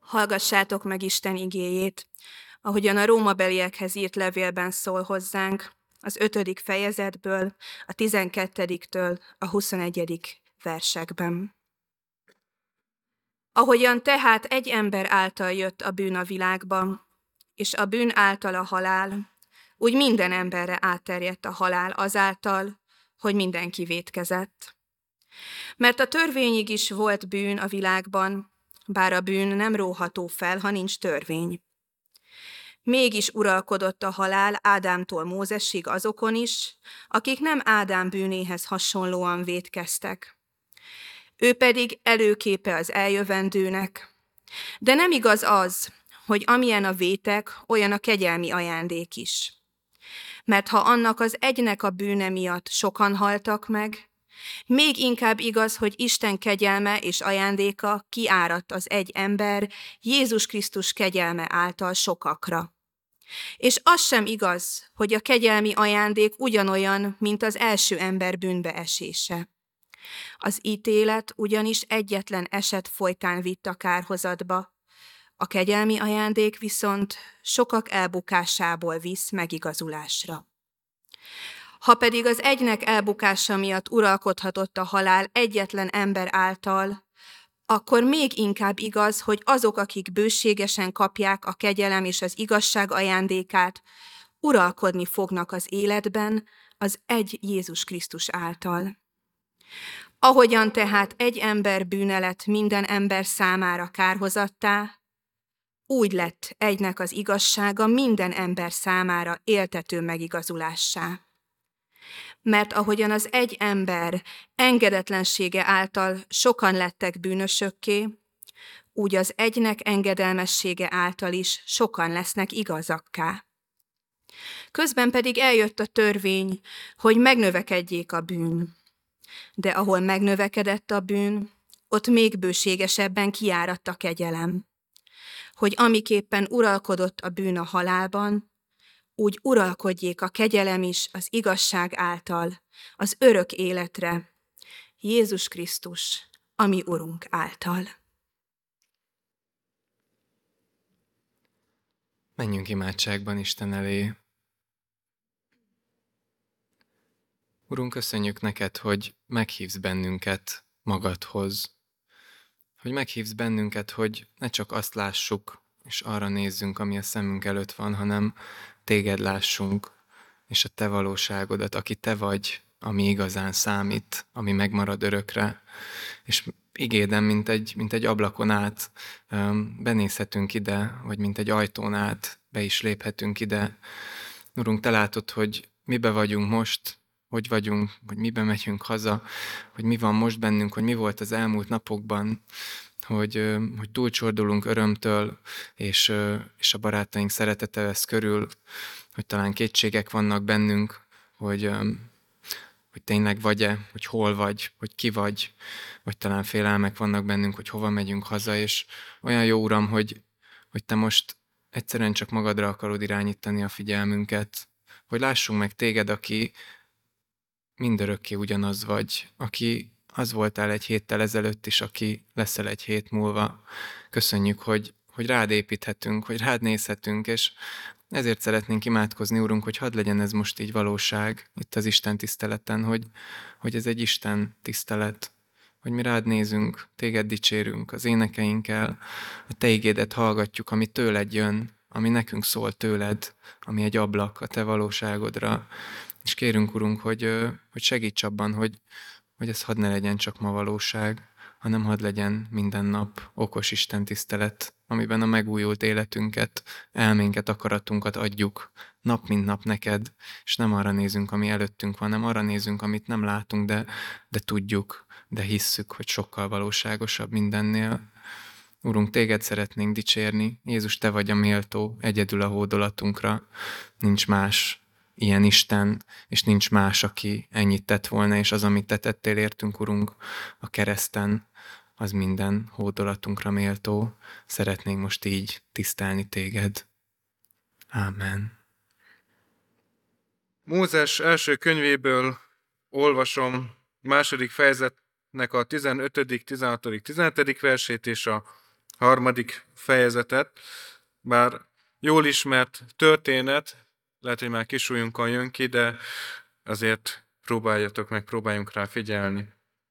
Hallgassátok meg Isten igéjét, ahogyan a rómabeliekhez írt levélben szól hozzánk, az 5. fejezetből, a 12-től a 21. versekben. Ahogyan tehát egy ember által jött a bűn a világba, és a bűn által a halál, úgy minden emberre átterjedt a halál azáltal, hogy mindenki vétkezett. Mert a törvényig is volt bűn a világban, bár a bűn nem róható fel, ha nincs törvény. Mégis uralkodott a halál Ádámtól Mózesig azokon is, akik nem Ádám bűnéhez hasonlóan vétkeztek. Ő pedig előképe az eljövendőnek. De nem igaz az, hogy amilyen a vétek, olyan a kegyelmi ajándék is. Mert ha annak az egynek a bűne miatt sokan haltak meg, még inkább igaz, hogy Isten kegyelme és ajándéka kiáradt az egy ember, Jézus Krisztus kegyelme által sokakra. És az sem igaz, hogy a kegyelmi ajándék ugyanolyan, mint az első ember bűnbe esése. Az ítélet ugyanis egyetlen eset folytán vitt a kárhozatba, a kegyelmi ajándék viszont sokak elbukásából visz megigazulásra. Ha pedig az egynek elbukása miatt uralkodhatott a halál egyetlen ember által, akkor még inkább igaz, hogy azok, akik bőségesen kapják a kegyelem és az igazság ajándékát, uralkodni fognak az életben az egy Jézus Krisztus által. Ahogyan tehát egy ember bűne lett minden ember számára kárhozattá, úgy lett egynek az igazsága minden ember számára éltető megigazulássá. Mert ahogyan az egy ember engedetlensége által sokan lettek bűnösökké, úgy az egynek engedelmessége által is sokan lesznek igazakká. Közben pedig eljött a törvény, hogy megnövekedjék a bűn. De ahol megnövekedett a bűn, ott még bőségesebben kiáradt a kegyelem, hogy amiképpen uralkodott a bűn a halálban, úgy uralkodjék a kegyelem is az igazság által, az örök életre, Jézus Krisztus, a mi Urunk által. Menjünk imádságban Isten elé. Urunk, köszönjük neked, hogy meghívsz bennünket magadhoz. Hogy meghívsz bennünket, hogy ne csak azt lássuk, és arra nézzünk, ami a szemünk előtt van, hanem téged lássunk, és a te valóságodat, aki te vagy, ami igazán számít, ami megmarad örökre. És igéden, mint egy ablakon át benézhetünk ide, vagy mint egy ajtón át be is léphetünk ide. Urunk, te látod, hogy mibe vagyunk most, hogy vagyunk, hogy mibe megyünk haza, hogy mi van most bennünk, hogy mi volt az elmúlt napokban, hogy túlcsordulunk örömtől, és a barátaink szeretete vesz körül, hogy talán kétségek vannak bennünk, hogy tényleg vagy-e, hogy hol vagy, hogy ki vagy talán félelmek vannak bennünk, hogy hova megyünk haza, és olyan jó, Uram, hogy te most egyszerűen csak magadra akarod irányítani a figyelmünket, hogy lássunk meg téged, aki mindörökké ugyanaz vagy, aki az voltál egy héttel ezelőtt is, aki leszel egy hét múlva. Köszönjük, hogy rád építhetünk, hogy rád nézhetünk, és ezért szeretnénk imádkozni, Úrunk, hogy hadd legyen ez most így valóság itt az Isten tiszteleten, hogy ez egy Isten tisztelet, hogy mi rád nézünk, téged dicsérünk az énekeinkkel, a te igédet hallgatjuk, ami tőled jön, ami nekünk szól tőled, ami egy ablak a te valóságodra. És kérünk, Urunk, hogy segíts abban, hogy ez hadd ne legyen csak ma valóság, hanem hadd legyen minden nap okos Isten tisztelet, amiben a megújult életünket, elménket, akaratunkat adjuk nap mint nap neked, és nem arra nézünk, ami előttünk van, hanem arra nézünk, amit nem látunk, de tudjuk, de hisszük, hogy sokkal valóságosabb mindennél. Urunk, téged szeretnénk dicsérni, Jézus, te vagy a méltó, egyedül a hódolatunkra, nincs más ilyen Isten, és nincs más, aki ennyit tett volna, és az, amit te tettél értünk, Urunk, a kereszten, az minden hódolatunkra méltó. Szeretnénk most így tisztelni téged. Ámen. Mózes első könyvéből olvasom 2. fejezetnek a 15., 16., 17. versét és a harmadik fejezetet, bár jól ismert történet, lehet, hogy már kisújunkon jön ki, de azért próbáljunk rá figyelni.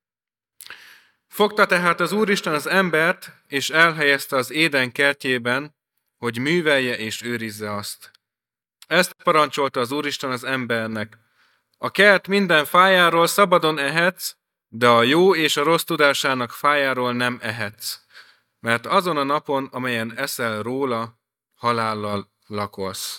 Fogta tehát az Úristen az embert, és elhelyezte az Éden kertjében, hogy művelje és őrizze azt. Ezt parancsolta az Úristen az embernek. A kert minden fájáról szabadon ehetsz, de a jó és a rossz tudásának fájáról nem ehetsz, mert azon a napon, amelyen eszel róla, halállal lakolsz.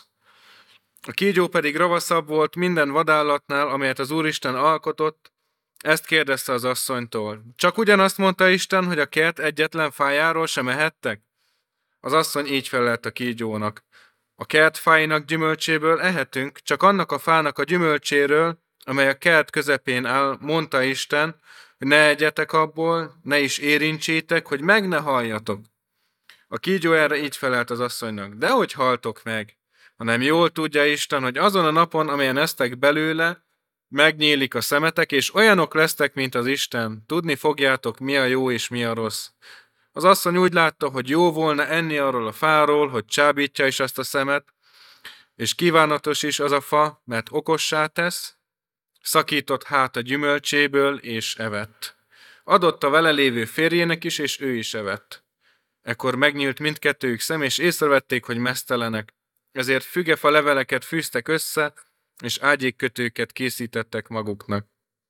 A kígyó pedig ravaszabb volt minden vadállatnál, amelyet az Úristen alkotott. Ezt kérdezte az asszonytól. Csak ugyanazt mondta Isten, hogy a kert egyetlen fájáról sem ehettek? Az asszony így felelt a kígyónak. A kert fáinak gyümölcséből ehetünk, csak annak a fának a gyümölcséről, amely a kert közepén áll, mondta Isten, hogy ne egyetek abból, ne is érintsétek, hogy meg ne halljatok. A kígyó erre így felelt az asszonynak. Dehogy haltok meg, hanem jól tudja Isten, hogy azon a napon, amelyen esztek belőle, megnyílik a szemetek, és olyanok lesztek, mint az Isten. Tudni fogjátok, mi a jó és mi a rossz. Az asszony úgy látta, hogy jó volna enni arról a fáról, hogy csábítja is azt a szemet, és kívánatos is az a fa, mert okossá tesz, szakított hát a gyümölcséből, és evett. Adott a vele lévő férjének is, és ő is evett. Ekkor megnyílt mindkettőjük szem, és észrevették, hogy meztelenek. Ezért fügefa leveleket fűztek össze, és ágyékkötőket készítettek maguknak.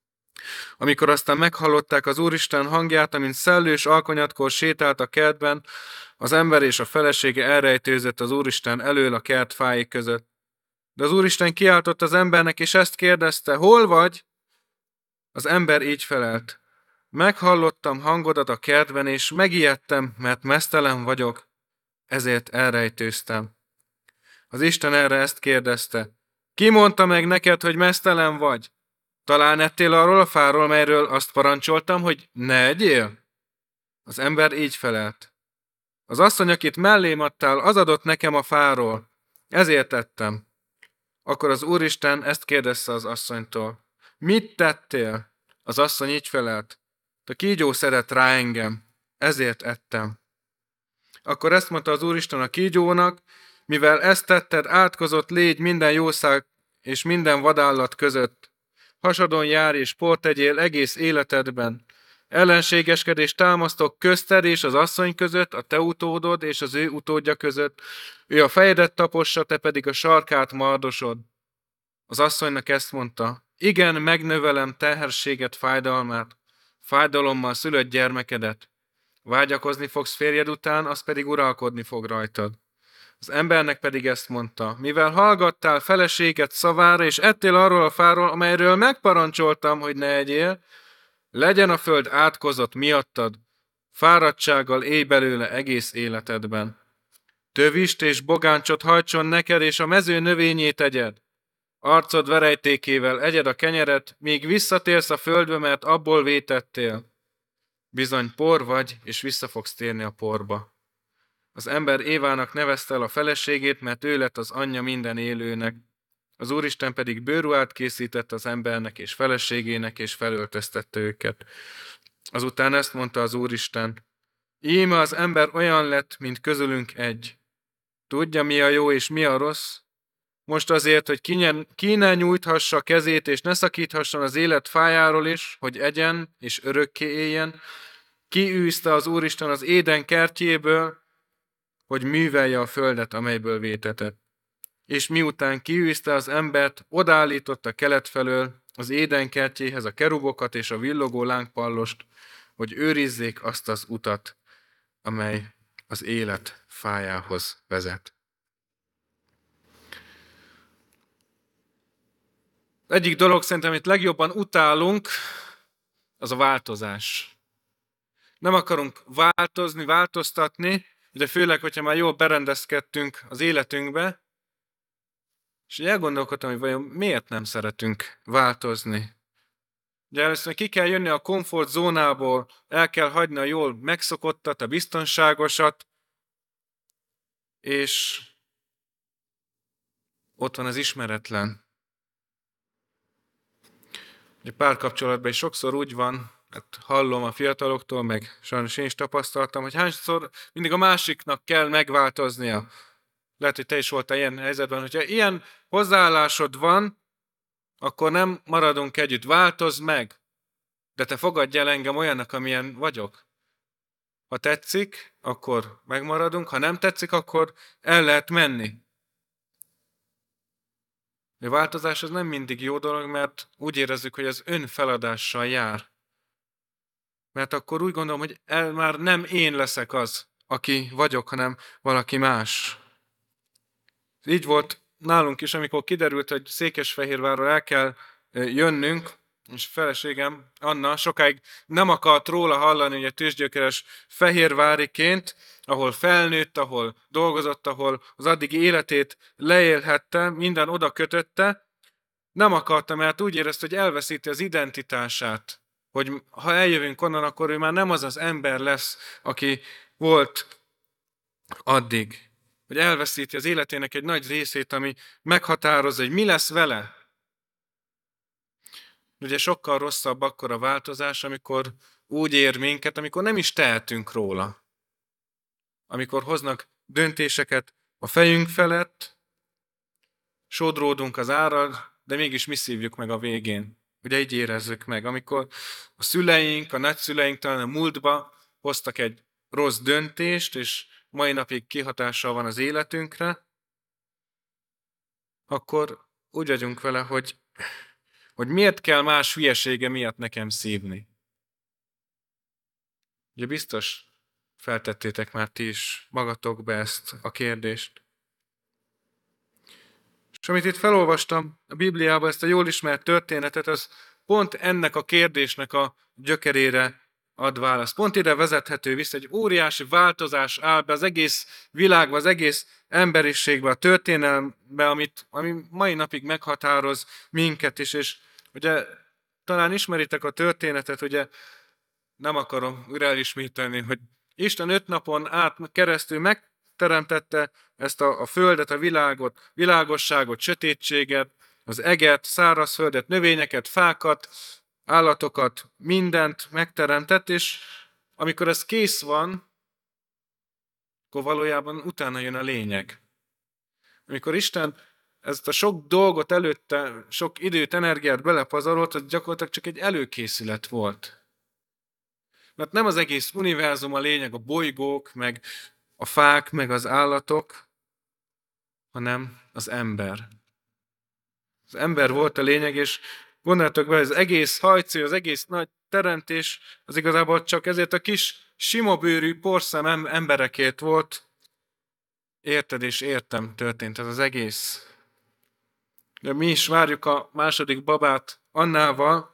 Amikor aztán meghallották az Úristen hangját, amint szellős alkonyatkor sétált a kertben, az ember és a felesége elrejtőzött az Úristen elől a kert fái között. De az Úristen kiáltott az embernek, és ezt kérdezte, hol vagy? Az ember így felelt, meghallottam hangodat a kertben, és megijedtem, mert meztelen vagyok, ezért elrejtőztem. Az Isten erre ezt kérdezte, ki mondta meg neked, hogy meztelen vagy? Talán ettél arról a fáról, melyről azt parancsoltam, hogy ne egyél? Az ember így felelt. Az asszony, akit mellém adtál, az adott nekem a fáról. Ezért tettem. Akkor az Úristen ezt kérdezte az asszonytól. Mit tettél? Az asszony így felelt. A kígyó szedett rá engem. Ezért ettem. Akkor ezt mondta az Úristen a kígyónak, mivel ezt tetted, átkozott légy minden jószág és minden vadállat között. Hasadon jár és port tegyél egész életedben. Ellenségeskedés támasztok közted és az asszony között, a te utódod és az ő utódja között. Ő a fejedet tapossa, te pedig a sarkát mardosod. Az asszonynak ezt mondta. Igen, megnövelem terhességet, fájdalmát. Fájdalommal szülött gyermekedet. Vágyakozni fogsz férjed után, az pedig uralkodni fog rajtad. Az embernek pedig ezt mondta, mivel hallgattál feleséged szavára, és ettél arról a fáról, amelyről megparancsoltam, hogy ne egyél, legyen a föld átkozott miattad, fáradtsággal élj belőle egész életedben. Tövist és bogáncsot hajtson neked, és a mező növényét egyed. Arcod verejtékével egyed a kenyeret, míg visszatérsz a földbe, mert abból vétettél. Bizony por vagy, és vissza fogsz térni a porba. Az ember Évának nevezte el a feleségét, mert ő lett az anyja minden élőnek. Az Úristen pedig bőrruhát készített az embernek és feleségének, és felöltöztette őket. Azután ezt mondta az Úristen, íme az ember olyan lett, mint közülünk egy. Tudja, mi a jó és mi a rossz? Most azért, hogy ki ne nyújthassa kezét, és ne szakíthasson az élet fájáról is, hogy egyen és örökké éljen, kiűzte az Úristen az Éden kertjéből, hogy művelje a földet, amelyből vétetett. És miután kiűzte az embert, odaállította kelet felől az Éden kertjéhez a kerubokat és a villogó lángpallost, hogy őrizzék azt az utat, amely az élet fájához vezet. Egyik dolog szerintem, amit legjobban utálunk, az a változás. Nem akarunk változni, változtatni, de főleg, hogyha már jól berendezkedtünk az életünkbe, és elgondolkodtam, hogy vajon miért nem szeretünk változni. Ugye először ki kell jönni a komfortzónából, el kell hagyni a jól megszokottat, a biztonságosat, és ott van az ismeretlen. Ugye párkapcsolatban is sokszor úgy van, hát hallom a fiataloktól, meg sajnos én is tapasztaltam, hogy hányszor mindig a másiknak kell megváltoznia. Lehet, hogy te is voltál ilyen helyzetben, hogyha ilyen hozzáállásod van, akkor nem maradunk együtt. Változz meg, de te fogadj el engem olyannak, amilyen vagyok. Ha tetszik, akkor megmaradunk, ha nem tetszik, akkor el lehet menni. A változás az nem mindig jó dolog, mert úgy érezzük, hogy az önfeladással jár. Mert akkor úgy gondolom, hogy már nem én leszek az, aki vagyok, hanem valaki más. Így volt nálunk is, amikor kiderült, hogy Székesfehérvárról el kell jönnünk, és feleségem, Anna, sokáig nem akart róla hallani, hogy a tőzsgyökeres fehérváriként, ahol felnőtt, ahol dolgozott, ahol az addigi életét leélhette, minden oda kötötte, nem akarta, mert úgy érezte, hogy elveszíti az identitását, hogy ha eljövünk onnan, akkor ő már nem az az ember lesz, aki volt addig. Hogy elveszíti az életének egy nagy részét, ami meghatározza, hogy mi lesz vele. Ugye sokkal rosszabb akkor a változás, amikor úgy ér minket, amikor nem is tehetünk róla. Amikor hoznak döntéseket a fejünk felett, sodródunk az árral, de mégis mi szívjuk meg a végén. Ugye így érezzük meg. Amikor a szüleink, a nagyszüleink talán a múltba hoztak egy rossz döntést, és mai napig kihatással van az életünkre, akkor úgy vagyunk vele, hogy miért kell más hülyesége miatt nekem szívni. Ugye biztos feltettétek már ti is magatokba ezt a kérdést. És amit itt felolvastam a Bibliában, ezt a jól ismert történetet, az pont ennek a kérdésnek a gyökerére ad választ. Pont ide vezethető vissza, egy óriási változás áll be az egész világba, az egész emberiségbe, a történelembe, ami mai napig meghatároz minket is. És ugye talán ismeritek a történetet, ugye nem akarom újra elismételni, hogy Isten 5 napon át keresztül megteremtette ezt a földet, a világot, világosságot, sötétséget, az eget, szárazföldet, növényeket, fákat, állatokat, mindent megteremtett, és amikor ez kész van, akkor valójában utána jön a lényeg. Amikor Isten ezt a sok dolgot előtte, sok időt, energiát belepazarolt, az gyakorlatilag csak egy előkészület volt. Mert nem az egész univerzum a lényeg, a bolygók, meg a fák, meg az állatok, hanem az ember. Az ember volt a lényeg, és gondoljatok be, az egész hajcél, az egész nagy teremtés, az igazából csak ezért a kis simabőrű porszem emberekért volt. Érted és értem történt ez az egész. De mi is várjuk a második babát Annával,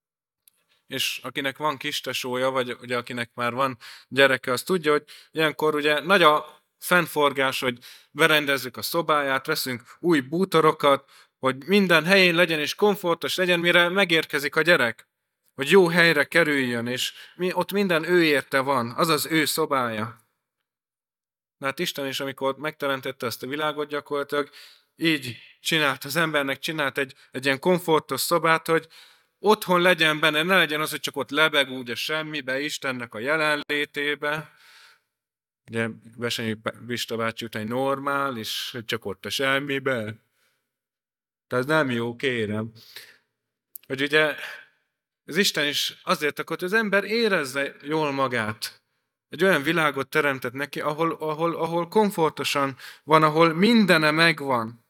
és akinek van kistesója, vagy ugye akinek már van gyereke, az tudja, hogy ilyenkor ugye nagy a fennforgás, hogy berendezzük a szobáját, veszünk új bútorokat, hogy minden helyén legyen és komfortos legyen, mire megérkezik a gyerek, hogy jó helyre kerüljön, és ott minden ő érte van, az az ő szobája. De hát Isten is, amikor megteremtette ezt a világot, gyakorlatilag így csinált az embernek, csinált egy ilyen komfortos szobát, hogy otthon legyen benne, ne legyen az, hogy csak ott lebeg úgy a semmibe, Istennek a jelenlétébe. Ugye Besenyi Pista bácsi után normál, és csak ott a semmibe. Tehát ez nem jó, kérem. Hogy ugye az Isten is azért akart, hogy az ember érezze jól magát. Egy olyan világot teremtett neki, ahol komfortosan van, ahol mindene megvan.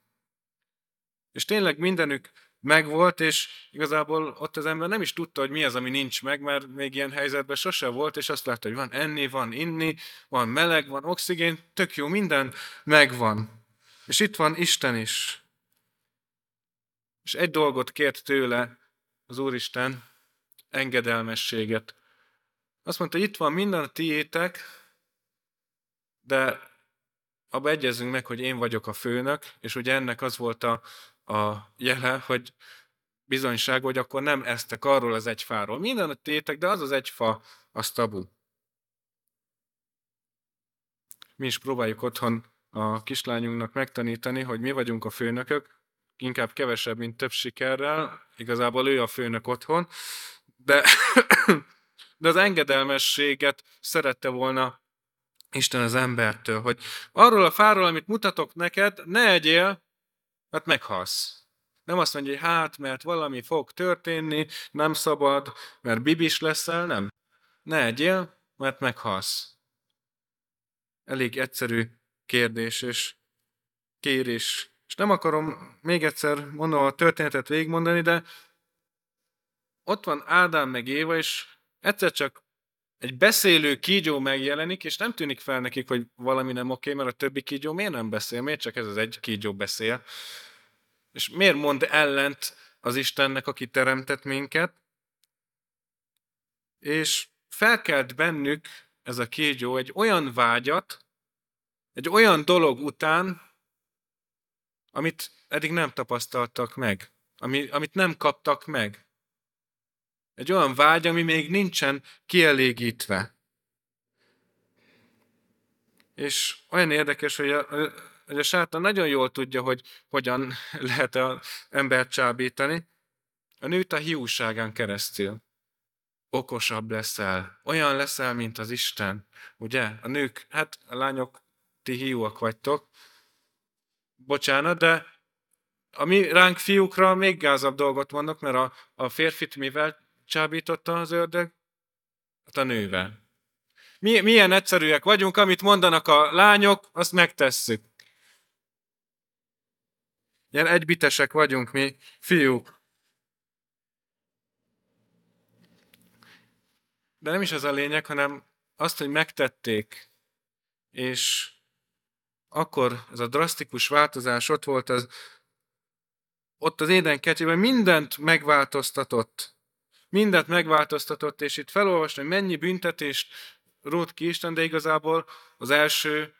És tényleg mindenük megvolt, és igazából ott az ember nem is tudta, hogy mi az, ami nincs meg, mert még ilyen helyzetben sose volt, és azt látta, hogy van enni, van inni, van meleg, van oxigén, tök jó, minden megvan. És itt van Isten is. És egy dolgot kért tőle az Úristen, engedelmességet. Azt mondta, hogy itt van minden a tiétek, de abba egyezünk meg, hogy én vagyok a főnök, és ugye ennek az volt a jele, hogy bizonyság, hogy akkor nem esztek arról az egy fáról. Minden a tiétek, de az az egy fa, az tabu. Mi is próbáljuk otthon a kislányunknak megtanítani, hogy mi vagyunk a főnökök, inkább kevesebb, mint több sikerrel. Igazából ő a főnök otthon, De, de az engedelmességet szerette volna Isten az embertől, hogy arról a fáról, amit mutatok neked, ne egyél, mert meghalsz. Nem azt mondja, hogy hát, mert valami fog történni, nem szabad, mert bibis leszel, nem. Ne egyél, mert meghalsz. Elég egyszerű kérdés és kérés. És nem akarom még egyszer mondom a történetet végigmondani, de ott van Ádám meg Éva, és egyszer csak egy beszélő kígyó megjelenik, és nem tűnik fel nekik, hogy valami nem oké, mert a többi kígyó miért nem beszél, miért csak ez az egy kígyó beszél, és miért mond ellent az Istennek, aki teremtett minket, és felkelt bennük ez a kígyó egy olyan vágyat, egy olyan dolog után, amit eddig nem tapasztaltak meg, amit nem kaptak meg. Egy olyan vágy, ami még nincsen kielégítve. És olyan érdekes, hogy a sátán nagyon jól tudja, hogy hogyan lehet az embert csábítani. A nőt a hiúságán keresztül. Okosabb leszel, olyan leszel, mint az Isten. Ugye? A nők, hát a lányok, ti hiúak vagytok. Bocsánat, de mi ránk fiúkra még gázabb dolgot mondok, mert a férfit mivel csábította az ördög? Hát a nővel. Milyen egyszerűek vagyunk, amit mondanak a lányok, azt megtesszük. Ilyen egybitesek vagyunk mi, fiúk. De nem is ez a lényeg, hanem azt, hogy megtették. És akkor ez a drasztikus változás ott az Éden kertjében mindent megváltoztatott. Mindent megváltoztatott, és itt felolvasni, hogy mennyi büntetést rótt ki Isten, de igazából az első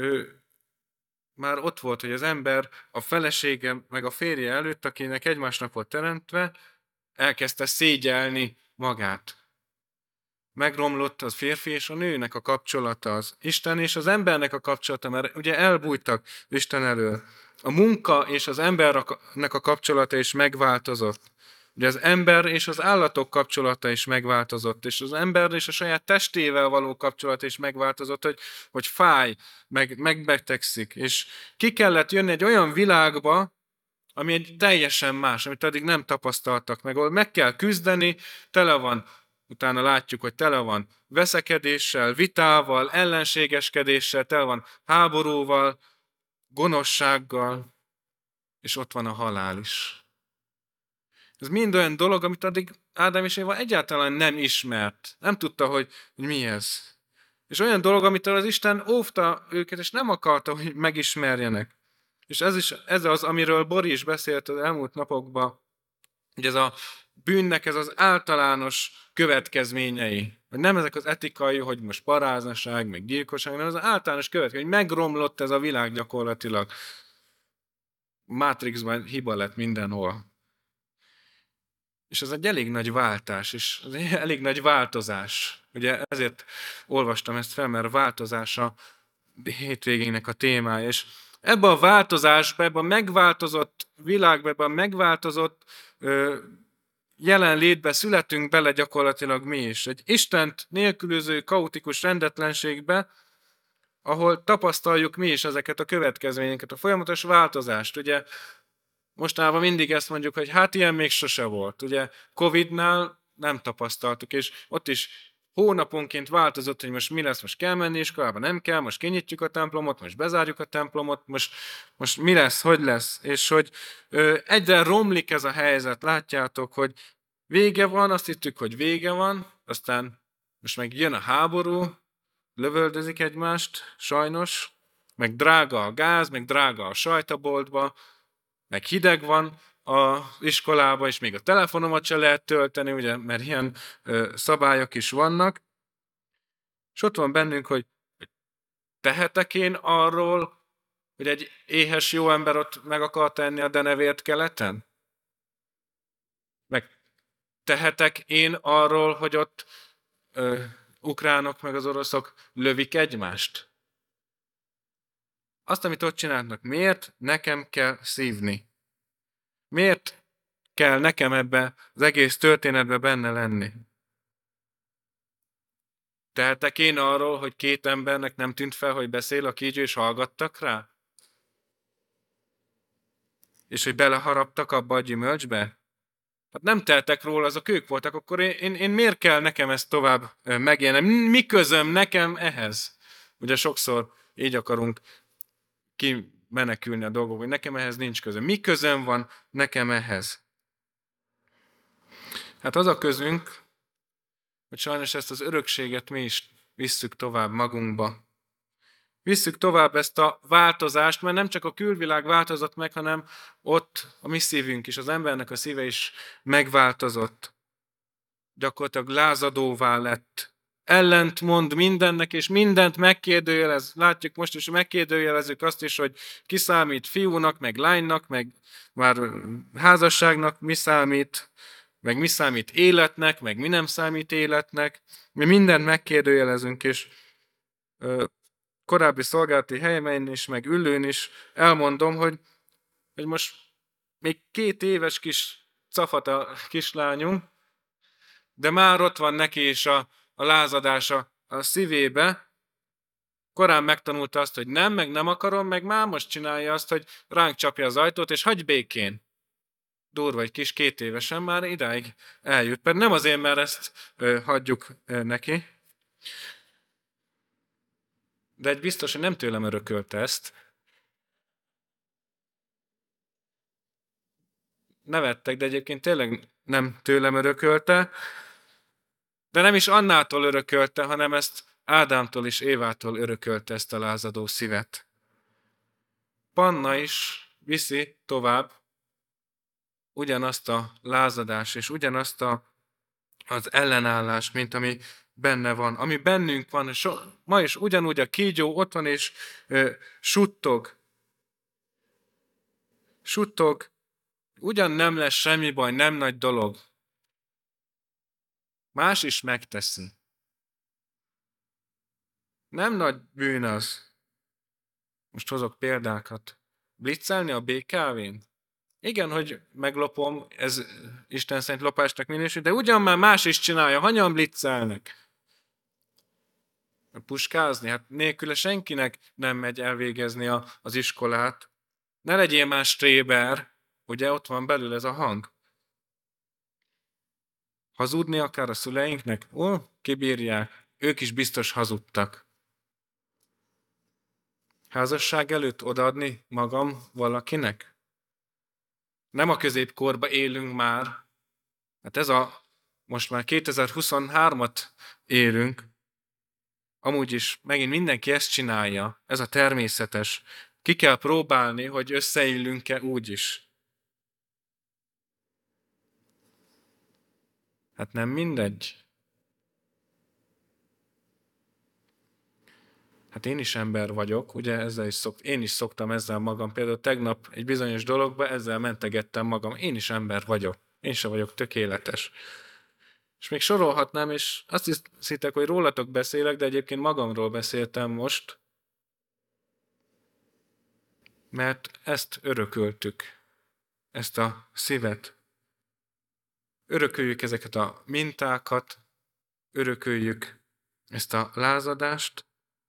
már ott volt, hogy az ember a felesége meg a férje előtt, akinek egymásnak volt teremtve, elkezdte szégyelni magát. Megromlott az férfi és a nőnek a kapcsolata, az Isten és az embernek a kapcsolata, mert ugye elbújtak Isten elől. A munka és az embernek a kapcsolata is megváltozott. Ugye az ember és az állatok kapcsolata is megváltozott, és az ember és a saját testével való kapcsolata is megváltozott, hogy fáj, megbetegszik. És ki kellett jönni egy olyan világba, ami egy teljesen más, amit addig nem tapasztaltak meg, ahol meg kell küzdeni, tele van, utána látjuk, hogy tele van veszekedéssel, vitával, ellenségeskedéssel, tele van háborúval, gonoszsággal, és ott van a halál is. Ez mind olyan dolog, amit addig Ádám és Éva egyáltalán nem ismert. Nem tudta, hogy mi ez. És olyan dolog, amitől az Isten óvta őket, és nem akarta, hogy megismerjenek. És ez az, amiről Bori is beszélt az elmúlt napokban, hogy ez a bűnnek ez az általános következményei. Hogy nem ezek az etikai, hogy most paráznaság, meg gyilkosság, hanem az általános következmény, hogy megromlott ez a világ gyakorlatilag. Matrixban hiba lett mindenhol. És ez egy elég nagy váltás, és egy elég nagy változás. Ugye ezért olvastam ezt fel, mert a változás a hétvégének a témája. És ebbe a változásba, ebbe a megváltozott világba, ebbe a megváltozott jelenlétbe születünk bele gyakorlatilag mi is. Egy Istent nélkülöző, kaotikus rendetlenségbe, ahol tapasztaljuk mi is ezeket a következményeket, a folyamatos változást. Ugye mostanában mindig ezt mondjuk, hogy hát ilyen még sose volt. Ugye Covid-nál nem tapasztaltuk, és ott is hónaponként változott, hogy most mi lesz, most kell menni iskolába, nem kell, most kinyitjuk a templomot, most bezárjuk a templomot, most mi lesz, hogy lesz, és hogy egyre romlik ez a helyzet, látjátok, hogy vége van, azt hittük, hogy vége van, aztán most meg jön a háború, lövöldözik egymást, sajnos, meg drága a gáz, meg drága a sajt a boltba, meg hideg van az iskolába, és még a telefonomat se lehet tölteni, ugye, mert ilyen szabályok is vannak. És ott van bennünk, hogy tehetek én arról, hogy egy éhes jó ember ott meg akar tenni a denevért keleten? Meg tehetek én arról, hogy ott ukránok meg az oroszok lövik egymást? Azt, amit ott csinálnak, miért nekem kell szívni? Miért kell nekem ebbe az egész történetbe benne lenni? Tehetek én arról, hogy két embernek nem tűnt fel, hogy beszél a kígyó, és hallgattak rá? És hogy beleharaptak abba a gyümölcsbe? Hát nem tehetek róla, azok ők voltak, akkor én miért kell nekem ezt tovább megélnem? Mi közöm nekem ehhez? Ugye sokszor így akarunk kimenekülni a dolgok, hogy nekem ehhez nincs közöm. Mi közöm van nekem ehhez? Hát az a közünk, hogy sajnos ezt az örökséget mi is visszük tovább magunkba. Visszük tovább ezt a változást, mert nem csak a külvilág változott meg, hanem ott a mi szívünk is, az embernek a szíve is megváltozott. Gyakorlatilag lázadóvá lett. Ellent mond mindennek, és mindent megkérdőjelez. Látjuk most is, megkérdőjelezzük azt is, hogy ki számít fiúnak, meg lánynak, meg már házasságnak mi számít, meg mi számít életnek, meg mi nem számít életnek. Mi mindent megkérdőjelezünk, és korábbi szolgálati helyemen is, meg ülőn is elmondom, hogy most még 2 éves kis cafata kislányunk, de már ott van neki is a lázadása a szívébe. Korán megtanulta azt, hogy nem, meg nem akarom, meg már most csinálja azt, hogy ránk csapja az ajtót, és hagyj békén. Durva, egy kis 2 évesen már idáig eljut. Pedig nem azért, mert ezt hagyjuk neki, de egy biztos, hogy nem tőlem örökölte ezt. Nevettek, de egyébként tényleg nem tőlem örökölte, de nem is Annától örökölte, hanem ezt Ádámtól és Évától örökölte ezt a lázadó szívet. Panna is viszi tovább ugyanazt a lázadást és ugyanazt az ellenállást, mint ami benne van, ami bennünk van. Ma is ugyanúgy a kígyó ott van és suttog. Suttog, ugyan nem lesz semmi baj, nem nagy dolog. Más is megteszi. Nem nagy bűn az. Most hozok példákat. Blitzelni a BKV-n? Igen, hogy meglopom, ez Isten szerint lopásnak minősül, de ugyan már más is csinálja. Hanyan blitzelnek? Puskázni? Hát nélküle senkinek nem megy elvégezni az iskolát. Ne legyél más stréber, ugye ott van belül ez a hang. Hazudni akár a szüleinknek? Ó, kibírják. Ők is biztos hazudtak. Házasság előtt odaadni magam valakinek? Nem a középkorba élünk már. Hát most már 2023-at élünk. Amúgy is megint mindenki ezt csinálja. Ez a természetes. Ki kell próbálni, hogy összeillünk-e úgy is. Hát nem mindegy. Hát én is ember vagyok, ugye én is szoktam ezzel magam. Például tegnap egy bizonyos dologba ezzel mentegettem magam. Én is ember vagyok. Én sem vagyok tökéletes. És még sorolhatnám, és azt hiszitek, hogy rólatok beszélek, de egyébként magamról beszéltem most. Mert ezt örököltük. Ezt a szívet. Örököljük ezeket a mintákat, örököljük ezt a lázadást.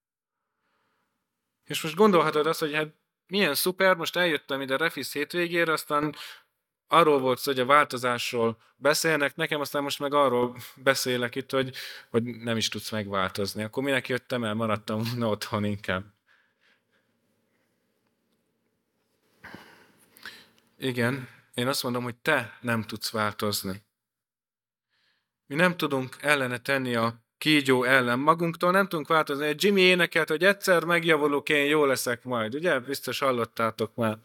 És most gondolhatod azt, hogy hát milyen szuper, most eljöttem ide Refisz hétvégére, aztán arról volt szó, hogy a változásról beszélnek nekem, aztán most meg arról beszélek itt, hogy nem is tudsz megváltozni. Akkor minek jöttem el, maradtam otthon inkább. Igen, én azt mondom, hogy te nem tudsz változni. Mi nem tudunk ellene tenni a kígyó ellen. Magunktól nem tudunk változni. Egy Jimmy énekelt, hogy egyszer megjavulok, én jó leszek majd. Ugye? Biztos hallottátok már.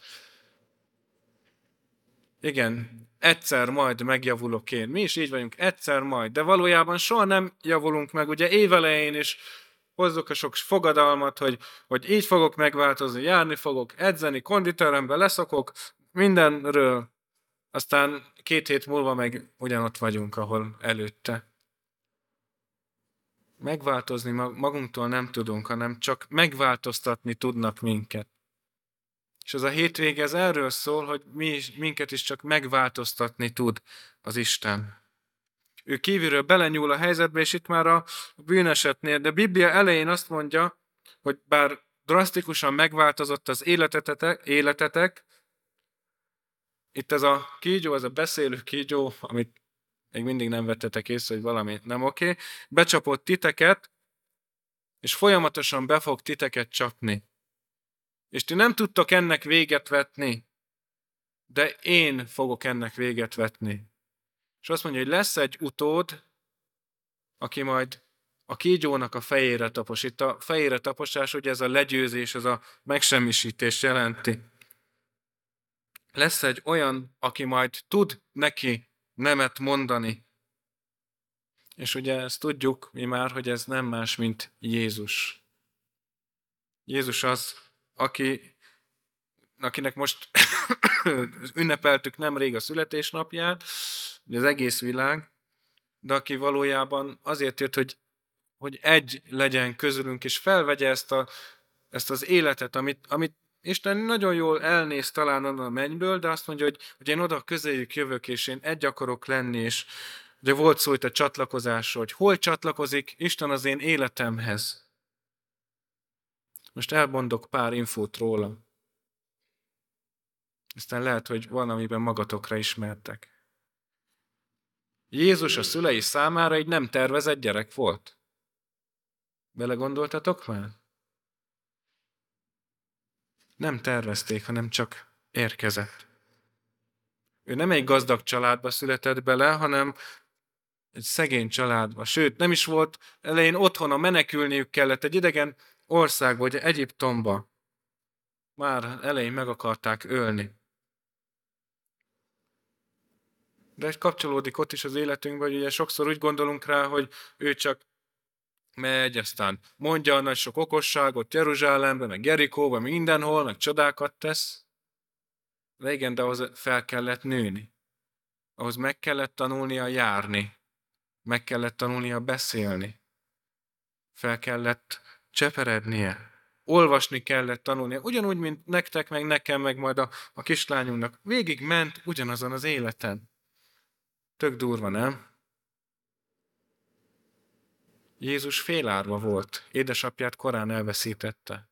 Igen, egyszer majd megjavulok én. Mi is így vagyunk, egyszer majd. De valójában soha nem javulunk meg. Ugye évelején is hozzuk a sok fogadalmat, hogy így fogok megváltozni, járni fogok, edzeni, konditerembe leszokok, mindenről. Aztán 2 hét múlva meg ugyanott vagyunk, ahol előtte. Megváltozni magunktól nem tudunk, hanem csak megváltoztatni tudnak minket. És az a hétvége ez erről szól, hogy minket is csak megváltoztatni tud az Isten. Ő kívülről belenyúl a helyzetbe, és itt már a bűnesetnél, de a Biblia elején azt mondja, hogy bár drasztikusan megváltozott az életetek, itt ez a kígyó, ez a beszélő kígyó, amit még mindig nem vettetek észre, hogy valami nem oké, becsapott titeket, és folyamatosan be fog titeket csapni. És ti nem tudtok ennek véget vetni, de én fogok ennek véget vetni. És azt mondja, hogy lesz egy utód, aki majd a kígyónak a fejére tapos. Itt a fejére taposás, ugye ez a legyőzés, ez a megsemmisítés jelenti. Lesz egy olyan, aki majd tud neki nemet mondani. És ugye ezt tudjuk mi már, hogy ez nem más, mint Jézus. Jézus az, akinek most ünnepeltük nemrég a születésnapját, az egész világ, de aki valójában azért jött, hogy egy legyen közülünk, és felvegye ezt az életet, amit Isten nagyon jól elnéz talán onnan a mennyből, de azt mondja, hogy én oda közéjük jövök, és én egy akarok lenni, és ugye volt szó itt a csatlakozásról, hogy hol csatlakozik Isten az én életemhez. Most elmondok pár infót róla. Aztán lehet, hogy valamiben magatokra ismertek. Jézus a szülei számára egy nem tervezett gyerek volt. Belegondoltatok már? Nem tervezték, hanem csak érkezett. Ő nem egy gazdag családba született bele, hanem egy szegény családba. Sőt, nem is volt elején otthona, menekülniük kellett egy idegen országba, vagy Egyiptomba. Már elején meg akarták ölni. De egy kapcsolódik ott is az életünkben, hogy ugye sokszor úgy gondolunk rá, hogy ő csak megy, aztán mondja a nagy sok okosságot Jeruzsálemben, meg Jerikóban, meg mindenhol, meg csodákat tesz. De igen, de ahhoz fel kellett nőni. Ahhoz meg kellett tanulnia járni. Meg kellett tanulnia beszélni. Fel kellett cseperednie. Olvasni kellett tanulnia. Ugyanúgy, mint nektek, meg nekem, meg majd a kislányunknak. Végig ment ugyanazon az életen. Tök durva, nem? Jézus félárva volt. Édesapját korán elveszítette.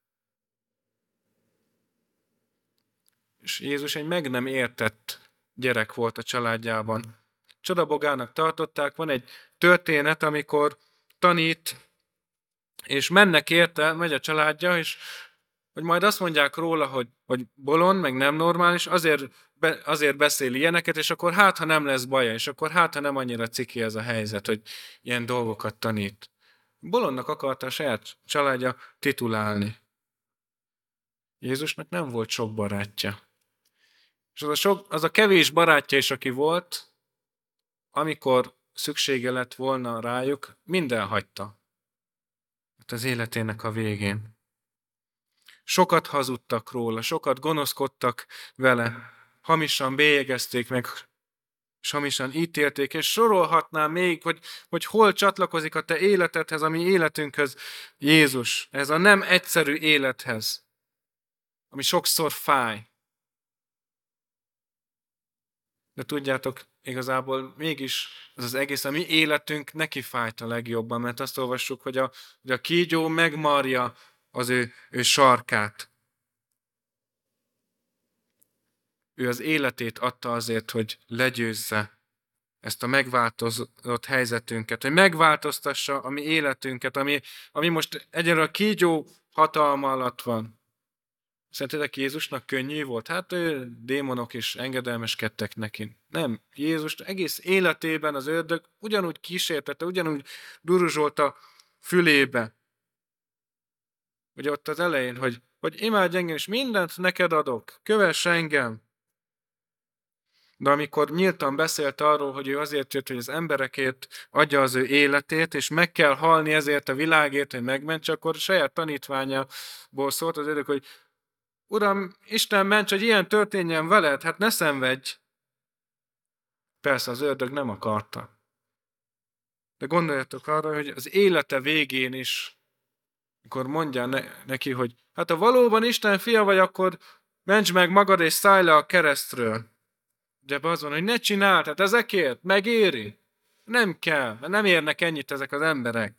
És Jézus egy meg nem értett gyerek volt a családjában. Csodabogának tartották. Van egy történet, amikor tanít, és mennek érte, megy a családja, és hogy majd azt mondják róla, hogy bolond, meg nem normális, azért beszél ilyeneket, és akkor hát, ha nem lesz baja, és akkor hát, ha nem annyira ciki ez a helyzet, hogy ilyen dolgokat tanít. Bolondnak akarta a saját családja titulálni. Jézusnak nem volt sok barátja. És az a kevés barátja is, aki volt, amikor szüksége lett volna rájuk, minden hagyta. Az életének a végén. Sokat hazudtak róla, sokat gonoszkodtak vele, hamisan bélyegezték meg, és hamisan ítélték, és sorolhatnám még, hogy hol csatlakozik a te életedhez, a mi életünkhöz Jézus, ez a nem egyszerű élethez, ami sokszor fáj. De tudjátok, igazából mégis az egész, a mi életünk neki fájt a legjobban, mert azt olvassuk, hogy a kígyó megmarja az ő sarkát. Ő az életét adta azért, hogy legyőzze ezt a megváltozott helyzetünket, hogy megváltoztassa a mi életünket, ami most egyre a kígyó hatalma alatt van. Szerintetek Jézusnak könnyű volt? Hát ő démonok is engedelmeskedtek neki. Nem, Jézus egész életében az ördög ugyanúgy kísértette, ugyanúgy duruzsolta fülébe. Ugye ott az elején, hogy imádj engem, és mindent neked adok, kövess engem. De amikor nyíltan beszélt arról, hogy ő azért jött, hogy az emberekért adja az ő életét, és meg kell halni ezért a világért, hogy megmentse, akkor a saját tanítványából szólt az ördög, hogy Uram, Isten ments, hogy ilyen történjen veled, hát ne szenvedj. Persze az ördög nem akarta. De gondoljatok arra, hogy az élete végén is, amikor mondja neki, hogy hát ha valóban Isten fia vagy, akkor Mentsd meg magad és szállj le a keresztről. De az van, hogy ne csináld, hát ezekért megéri. Nem kell, mert nem érnek ennyit ezek az emberek.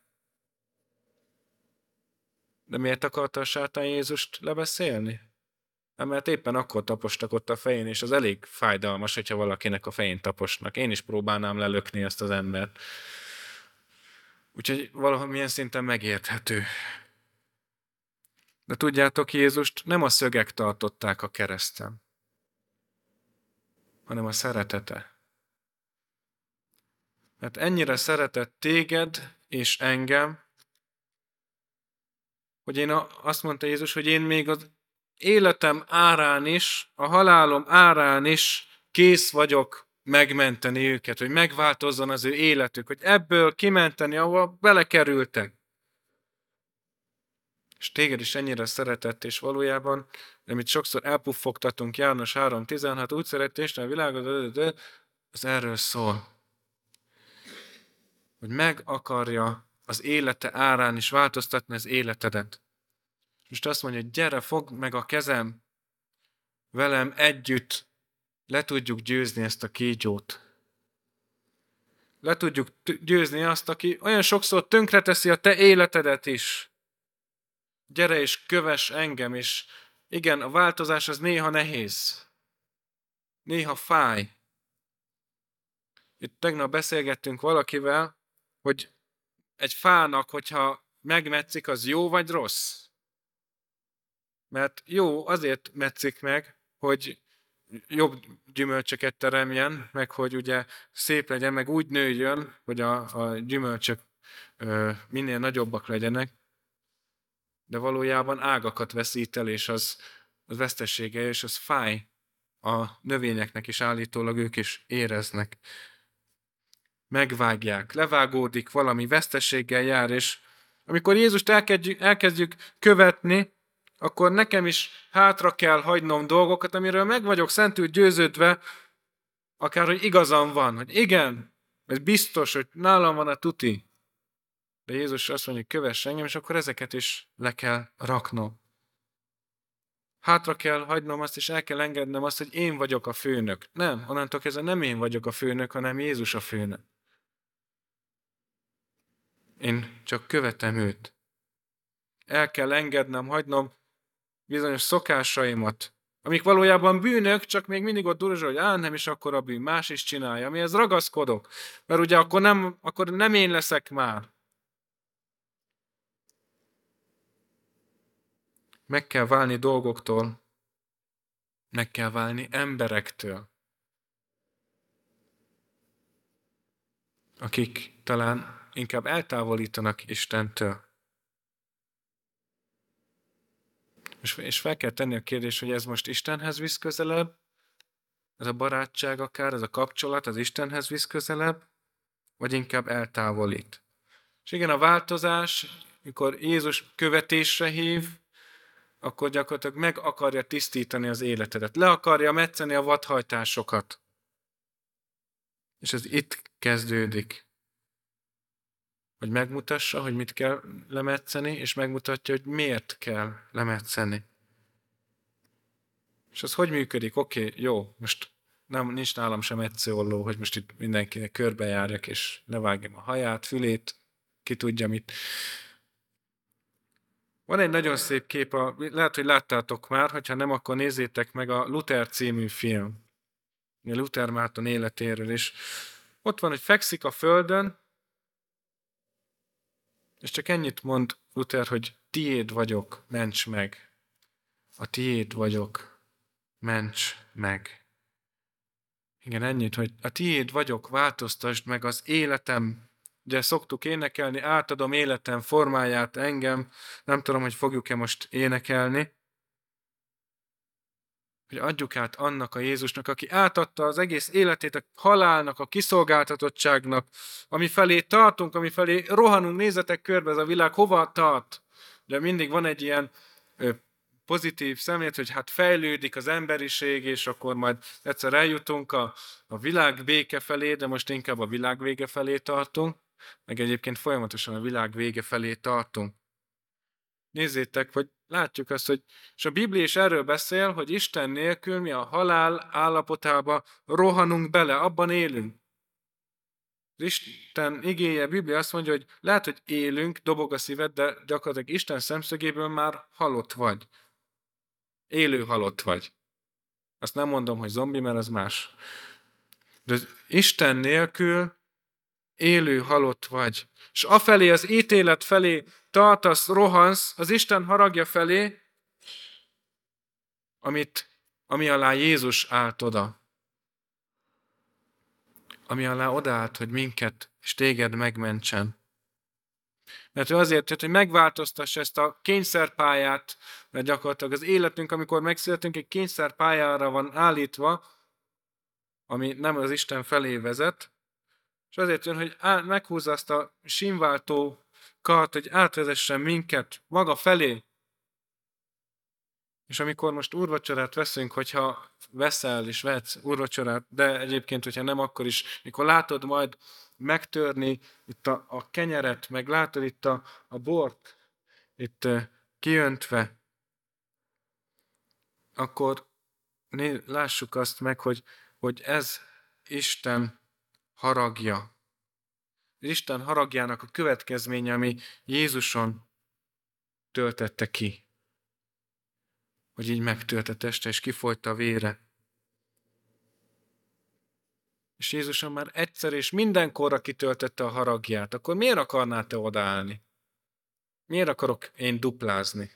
De miért akarta a sátán Jézust lebeszélni? Hát mert éppen akkor tapostak ott a fején, és az elég fájdalmas, hogyha valakinek a fején taposnak. Én is próbálnám lelökni ezt az embert. Úgyhogy valamilyen szinten megérthető. De tudjátok, Jézust nem a szögek tartották a kereszten, hanem a szeretete. Mert ennyire szeretett téged és engem, hogy azt mondta Jézus, hogy én még az életem árán is, a halálom árán is kész vagyok megmenteni őket, hogy megváltozzon az ő életük, hogy ebből kimenteni, ahol belekerültek. És téged is ennyire szeretett, és valójában, amit sokszor elpuffogtatunk, János 3.16, úgy szerette Isten a világot, az erről szól. Hogy meg akarja az élete árán is változtatni az életedet. Most azt mondja, hogy gyere, fogd meg a kezem, velem együtt le tudjuk győzni ezt a kígyót. Le tudjuk győzni azt, aki olyan sokszor tönkreteszi a te életedet is. Gyere és kövess engem, és igen, a változás az néha nehéz. Néha fáj. Itt tegnap beszélgettünk valakivel, hogy egy fának, hogyha megmetszik, az jó vagy rossz? Mert jó, azért metszik meg, hogy jobb gyümölcsöket teremjen, meg hogy ugye szép legyen, meg úgy nőjön, hogy a gyümölcsök minél nagyobbak legyenek, de valójában ágakat veszít el, és az vesztesége, és az fáj a növényeknek is, állítólag ők is éreznek. Megvágják, levágódik, valami veszteséggel jár, és amikor Jézust elkezdjük követni, akkor nekem is hátra kell hagynom dolgokat, amiről meg vagyok szentül győződve, akár, hogy igazam van, hogy igen, ez biztos, hogy nálam van a tuti. De Jézus azt mondja, hogy kövess engem, és akkor ezeket is le kell raknom. Hátra kell hagynom azt, és el kell engednem azt, hogy én vagyok a főnök. Nem, onnantól kezdve nem én vagyok a főnök, hanem Jézus a főnök. Én csak követem őt. El kell engednem, hagynom bizonyos szokásaimat, amik valójában bűnök, csak még mindig ott duruzsol, hogy nem is akkor a bűn, más is csinálja, amihez ragaszkodok. Mert ugye akkor nem én leszek már. Meg kell válni dolgoktól, meg kell válni emberektől, akik talán inkább eltávolítanak Istentől. És fel kell tenni a kérdést, hogy ez most Istenhez visz közelebb, ez a barátság akár, ez a kapcsolat az Istenhez visz közelebb, vagy inkább eltávolít. És igen, a változás, mikor Jézus követésre hív, akkor gyakorlatilag meg akarja tisztítani az életedet. Le akarja metszeni a vadhajtásokat. És ez itt kezdődik. Hogy megmutassa, hogy mit kell lemetszeni, és megmutatja, hogy miért kell lemetszeni. És az hogy működik? Oké, jó, most nincs nálam sem metszőolló, hogy most itt mindenkinek körbejárjak, és levágjam a haját, fülét, ki tudja mit. Van egy nagyon szép kép, lehet, hogy láttátok már, hogyha nem, akkor nézzétek meg a Luther című film. A Luther Márton életéről is. Ott van, hogy fekszik a földön, és csak ennyit mond Luther, hogy tiéd vagyok, ments meg. A tiéd vagyok, ments meg. Igen, ennyit, hogy a tiéd vagyok, változtasd meg az életem. Ugye szoktuk énekelni, átadom életem formáját engem. Nem tudom, hogy fogjuk-e most énekelni. Hogy adjuk át annak a Jézusnak, aki átadta az egész életét a halálnak, a kiszolgáltatottságnak, ami felé tartunk, ami felé rohanunk, nézzetek körbe, ez a világ hova tart. De mindig van egy ilyen pozitív szemlélet, hogy hát fejlődik az emberiség, és akkor majd egyszer eljutunk a világ béke felé, de most inkább a világ vége felé tartunk, meg egyébként folyamatosan a világ vége felé tartunk. Nézzétek, hogy Látjuk azt, hogy és a Biblia is erről beszél, hogy Isten nélkül mi a halál állapotába rohanunk bele, abban élünk. Az Isten igéje, a Biblia azt mondja, hogy lehet, hogy élünk, dobog a szíved, de gyakorlatilag Isten szemszögéből már halott vagy. Élő halott vagy. Azt nem mondom, hogy zombi, mert az más. De az Isten nélkül élő halott vagy. És afelé, az ítélet felé tartasz, rohansz, az Isten haragja felé, ami alá Jézus állt oda. Ami alá odaállt, hogy minket és téged megmentsen. Mert ő azért jött, hogy megváltoztassa ezt a kényszerpályát, mert gyakorlatilag az életünk, amikor megszületünk, egy kényszerpályára van állítva, ami nem az Isten felé vezet, és azért jön, hogy meghúzza azt a sínváltó kart, hogy átvezessen minket maga felé. És amikor most úrvacsorát veszünk, hogyha veszel és vehetsz úrvacsorát, de egyébként, hogyha nem, akkor is, mikor látod majd megtörni itt a kenyeret, meg látod itt a bort, itt kiöntve, akkor lássuk azt meg, hogy ez Isten haragja. Isten haragjának a következménye, ami Jézuson töltette ki. Hogy így megtölt a teste, és kifolyt a vére. És Jézuson már egyszer és mindenkorra kitöltette a haragját. Akkor miért akarnál te odaállni? Miért akarok én duplázni?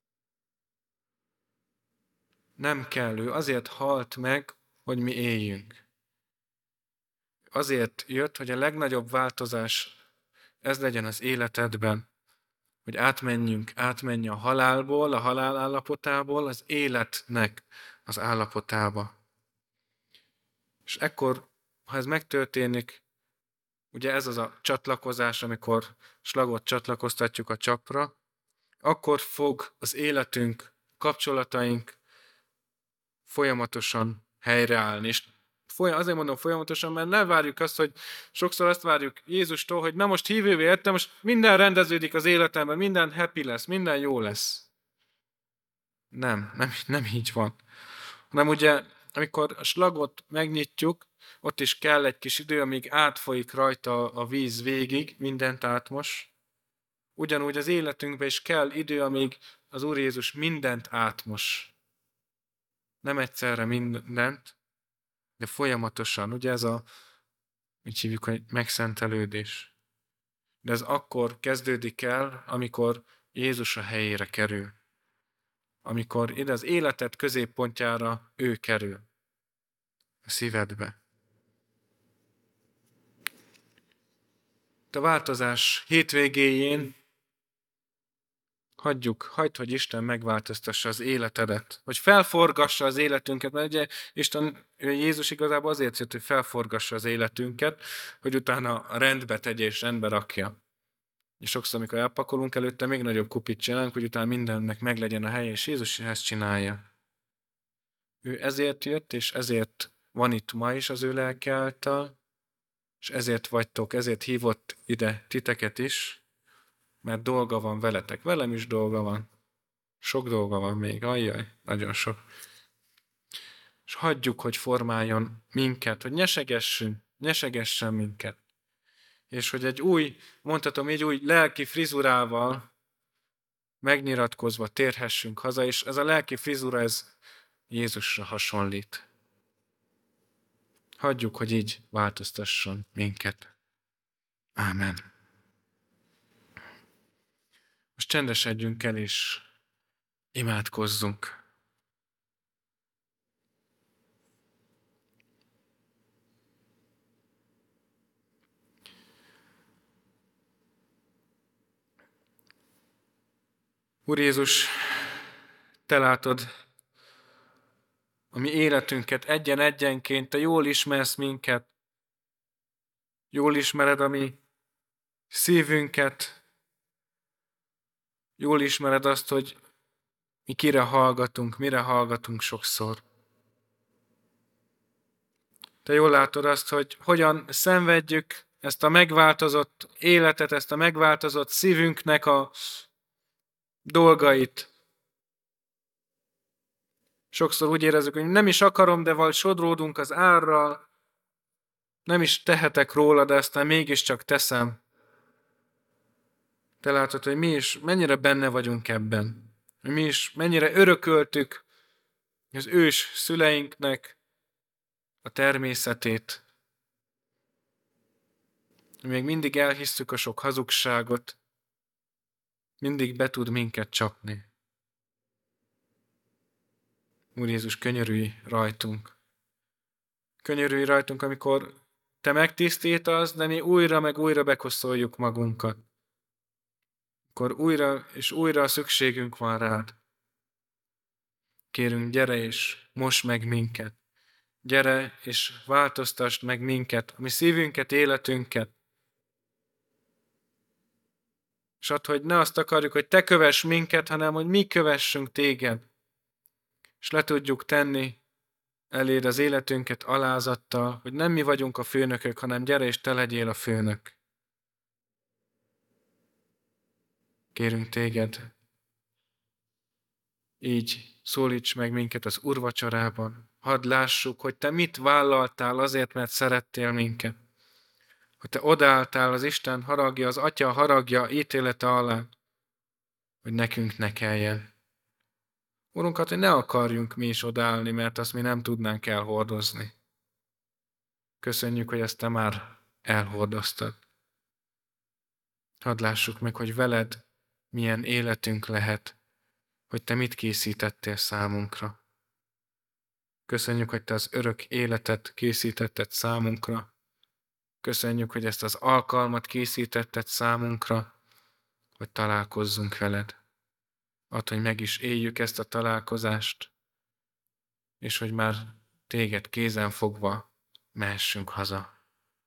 Nem kell, ő azért halt meg, hogy mi éljünk. Azért jött, hogy a legnagyobb változás ez legyen az életedben, hogy átmenj a halálból, a halál állapotából az életnek az állapotába. És ekkor, ha ez megtörténik, ugye ez az a csatlakozás, amikor slagot csatlakoztatjuk a csapra, akkor fog az életünk, kapcsolataink folyamatosan helyreállni. És azért mondom folyamatosan, mert ne várjuk azt, hogy sokszor azt várjuk Jézustól, hogy na most hívővé lettem, most minden rendeződik az életemben, minden happy lesz, minden jó lesz. Nem így van. Hanem ugye, amikor a slagot megnyitjuk, ott is kell egy kis idő, amíg átfolyik rajta a víz végig, mindent átmos. Ugyanúgy az életünkben is kell idő, amíg az Úr Jézus mindent átmos. Nem egyszerre mindent, de folyamatosan. Ugye ez mit hívjuk, hogy megszentelődés. De ez akkor kezdődik el, amikor Jézus a helyére kerül. Amikor ide az életed középpontjára ő kerül. A szívedbe. A változás hétvégéjén hagyd, hogy Isten megváltoztassa az életedet, hogy felforgassa az életünket, mert ugye Jézus igazából azért jött, hogy felforgassa az életünket, hogy utána rendbe tegye és rendbe rakja. És sokszor, amikor elpakolunk előtte, még nagyobb kupit csinálunk, hogy utána mindennek meglegyen a helye, és Jézus ezt csinálja. Ő ezért jött, és ezért van itt ma is az ő lelke által, és ezért vagytok, ezért hívott ide titeket is, mert dolga van veletek. Velem is dolga van. Sok dolga van még. Ajjaj, nagyon sok. És hagyjuk, hogy formáljon minket, hogy ne segessen minket. És hogy egy új, mondhatom így, új lelki frizurával megnyiratkozva térhessünk haza, és ez a lelki frizura, ez Jézusra hasonlít. Hagyjuk, hogy így változtasson minket. Ámen. Most csendesedjünk el, és imádkozzunk. Úr Jézus, Te látod a mi életünket egyenként, Te jól ismersz minket, jól ismered a mi szívünket, jól ismered azt, hogy mi kire hallgatunk, mire hallgatunk sokszor. Te jól látod azt, hogy hogyan szenvedjük ezt a megváltozott életet, ezt a megváltozott szívünknek a dolgait. Sokszor úgy érezzük, hogy nem is akarom, de valahogy sodródunk az árral, nem is tehetek róla, de aztán mégiscsak teszem. Te látod, hogy mi is mennyire benne vagyunk ebben. Mi is mennyire örököltük az ős szüleinknek a természetét. Még mindig elhisszük a sok hazugságot, mindig be tud minket csapni. Úr Jézus, könyörülj rajtunk. Könyörülj rajtunk, amikor Te megtisztítasz, de mi újra meg újra bekoszoljuk magunkat. Akkor újra és újra szükségünk van rád. Kérünk, gyere és mosd meg minket. Gyere és változtasd meg minket, a mi szívünket, életünket. És add, hogy ne azt akarjuk, hogy Te kövess minket, hanem hogy mi kövessünk Téged. És le tudjuk tenni eléd az életünket alázattal, hogy nem mi vagyunk a főnökök, hanem gyere és Te legyél a főnök. Kérünk Téged, így szólíts meg minket az úrvacsorában. Hadd lássuk, hogy Te mit vállaltál azért, mert szerettél minket. Hogy Te odaálltál az Isten haragja, az Atya haragja ítélete alá, hogy nekünk ne kelljen. Urunkat, hogy ne akarjunk mi is odaállni, mert azt mi nem tudnánk elhordozni. Köszönjük, hogy ezt Te már elhordoztad. Hadd lássuk meg, hogy veled milyen életünk lehet, hogy Te mit készítettél számunkra. Köszönjük, hogy Te az örök életet készítetted számunkra. Köszönjük, hogy ezt az alkalmat készítetted számunkra, hogy találkozzunk veled. Add, hogy meg is éljük ezt a találkozást, és hogy már Téged kézen fogva mehessünk haza.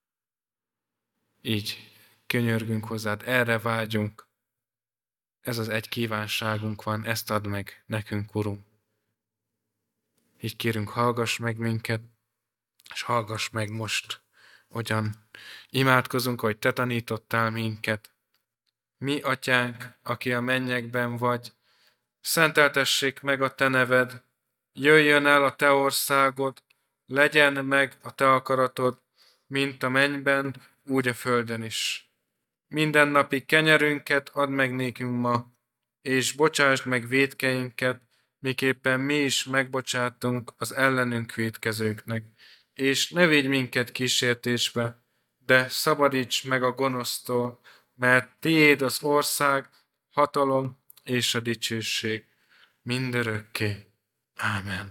Így könyörgünk hozzád, erre vágyunk. Ez az egy kívánságunk van, ezt add meg nekünk, Urunk. Így kérünk, hallgass meg minket, és hallgass meg most, hogyan imádkozunk, hogy Te tanítottál minket. Mi, Atyánk, aki a mennyekben vagy, szenteltessék meg a Te neved, jöjjön el a Te országod, legyen meg a Te akaratod, mint a mennyben, úgy a földön is. Mindennapi kenyerünket add meg nékünk ma, és bocsásd meg vétkeinket, miképpen mi is megbocsátunk az ellenünk vétkezőknek. És ne vigy minket kísértésbe, de szabadíts meg a gonosztól, mert Tiéd az ország, hatalom és a dicsőség mindörökké. Ámen.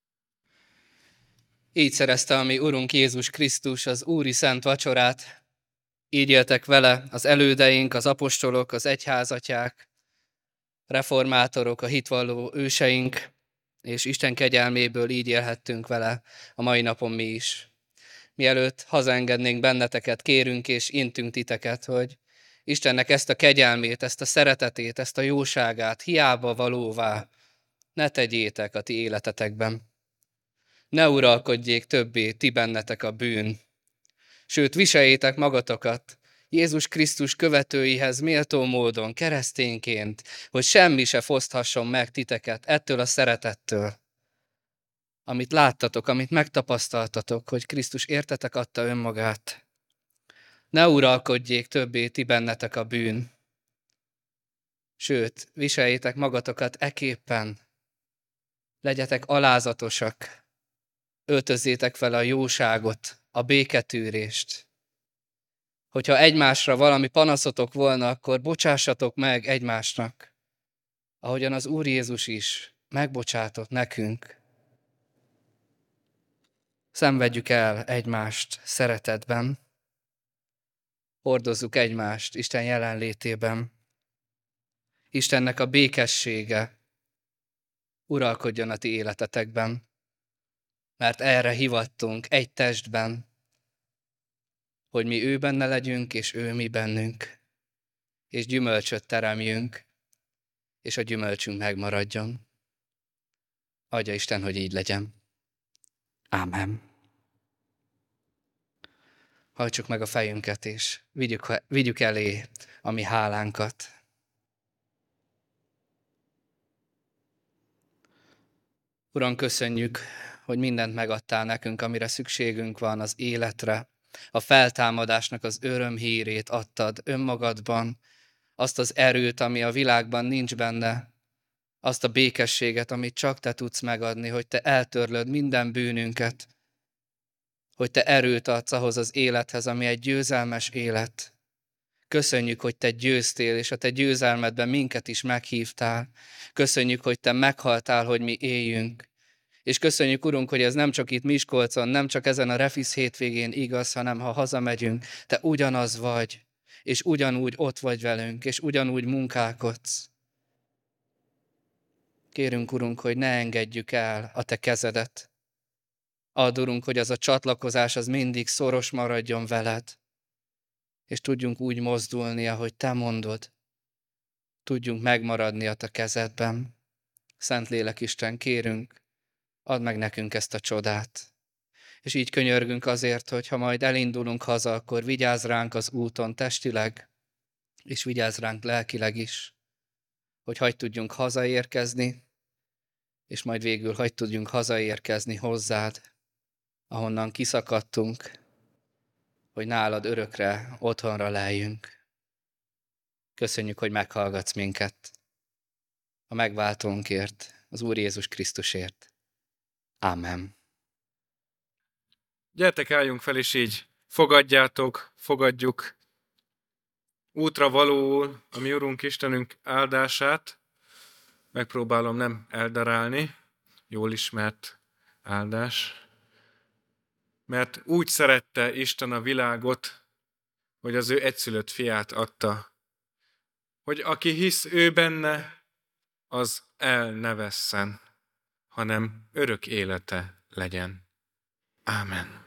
Így szerezte a mi Urunk Jézus Krisztus az Úri Szent Vacsorát. Így éltek vele az elődeink, az apostolok, az egyházatják, reformátorok, a hitvalló őseink, és Isten kegyelméből így élhettünk vele a mai napon mi is. Mielőtt hazaengednénk benneteket, kérünk és intünk titeket, hogy Istennek ezt a kegyelmét, ezt a szeretetét, ezt a jóságát hiába valóvá ne tegyétek a ti életetekben. Ne uralkodjék többé ti bennetek a bűn. Sőt, viseljétek magatokat Jézus Krisztus követőihez méltó módon, keresztényként, hogy semmi se foszthasson meg titeket ettől a szeretettől, amit láttatok, amit megtapasztaltatok, hogy Krisztus értetek adta önmagát. Ne uralkodjék többé ti bennetek a bűn. Sőt, viseljétek magatokat eképpen, legyetek alázatosak, öltözzétek fel a jóságot, a béketűrést. Hogyha egymásra valami panaszotok volna, akkor bocsássatok meg egymásnak, ahogyan az Úr Jézus is megbocsátott nekünk. Szenvedjük el egymást szeretetben, hordozzuk egymást Isten jelenlétében. Istennek a békessége uralkodjon a ti életetekben, mert erre hivattunk egy testben, hogy mi ő benne legyünk, és ő mi bennünk, és gyümölcsöt teremjünk, és a gyümölcsünk megmaradjon. Adja Isten, hogy így legyen. Ámen. Hajtsuk meg a fejünket, és vigyük elé a mi hálánkat. Uram, köszönjük, hogy mindent megadtál nekünk, amire szükségünk van, az életre. A feltámadásnak az örömhírét adtad önmagadban, azt az erőt, ami a világban nincs benne, azt a békességet, amit csak te tudsz megadni, hogy te eltörlöd minden bűnünket, hogy te erőt adsz ahhoz az élethez, ami egy győzelmes élet. Köszönjük, hogy te győztél, és a te győzelmedben minket is meghívtál. Köszönjük, hogy te meghaltál, hogy mi éljünk. És köszönjük, Urunk, hogy ez nem csak itt Miskolcon, nem csak ezen a Refisz hétvégén igaz, hanem ha hazamegyünk, te ugyanaz vagy, és ugyanúgy ott vagy velünk, és ugyanúgy munkálkodsz. Kérünk, Urunk, hogy ne engedjük el a te kezedet. Add, Urunk, hogy az a csatlakozás az mindig szoros maradjon veled, és tudjunk úgy mozdulni, ahogy te mondod. Tudjunk megmaradni a te kezedben. Szentlélek Isten, kérünk, add meg nekünk ezt a csodát. És így könyörgünk azért, hogy ha majd elindulunk haza, akkor vigyázz ránk az úton testileg, és vigyázz ránk lelkileg is, hogy hagy tudjunk hazaérkezni, és majd végül hagy tudjunk hazaérkezni hozzád, ahonnan kiszakadtunk, hogy nálad örökre otthonra leljünk. Köszönjük, hogy meghallgatsz minket. A megváltónkért, az Úr Jézus Krisztusért. Ámen. Gyertek, álljunk fel, és így fogadjuk útra valóul a mi Urunk Istenünk áldását. Megpróbálom nem eldarálni, jól ismert áldás. Mert úgy szerette Isten a világot, hogy az ő egyszülött fiát adta, hogy aki hisz ő benne, az el ne vesszen, hanem örök élete legyen. Ámen.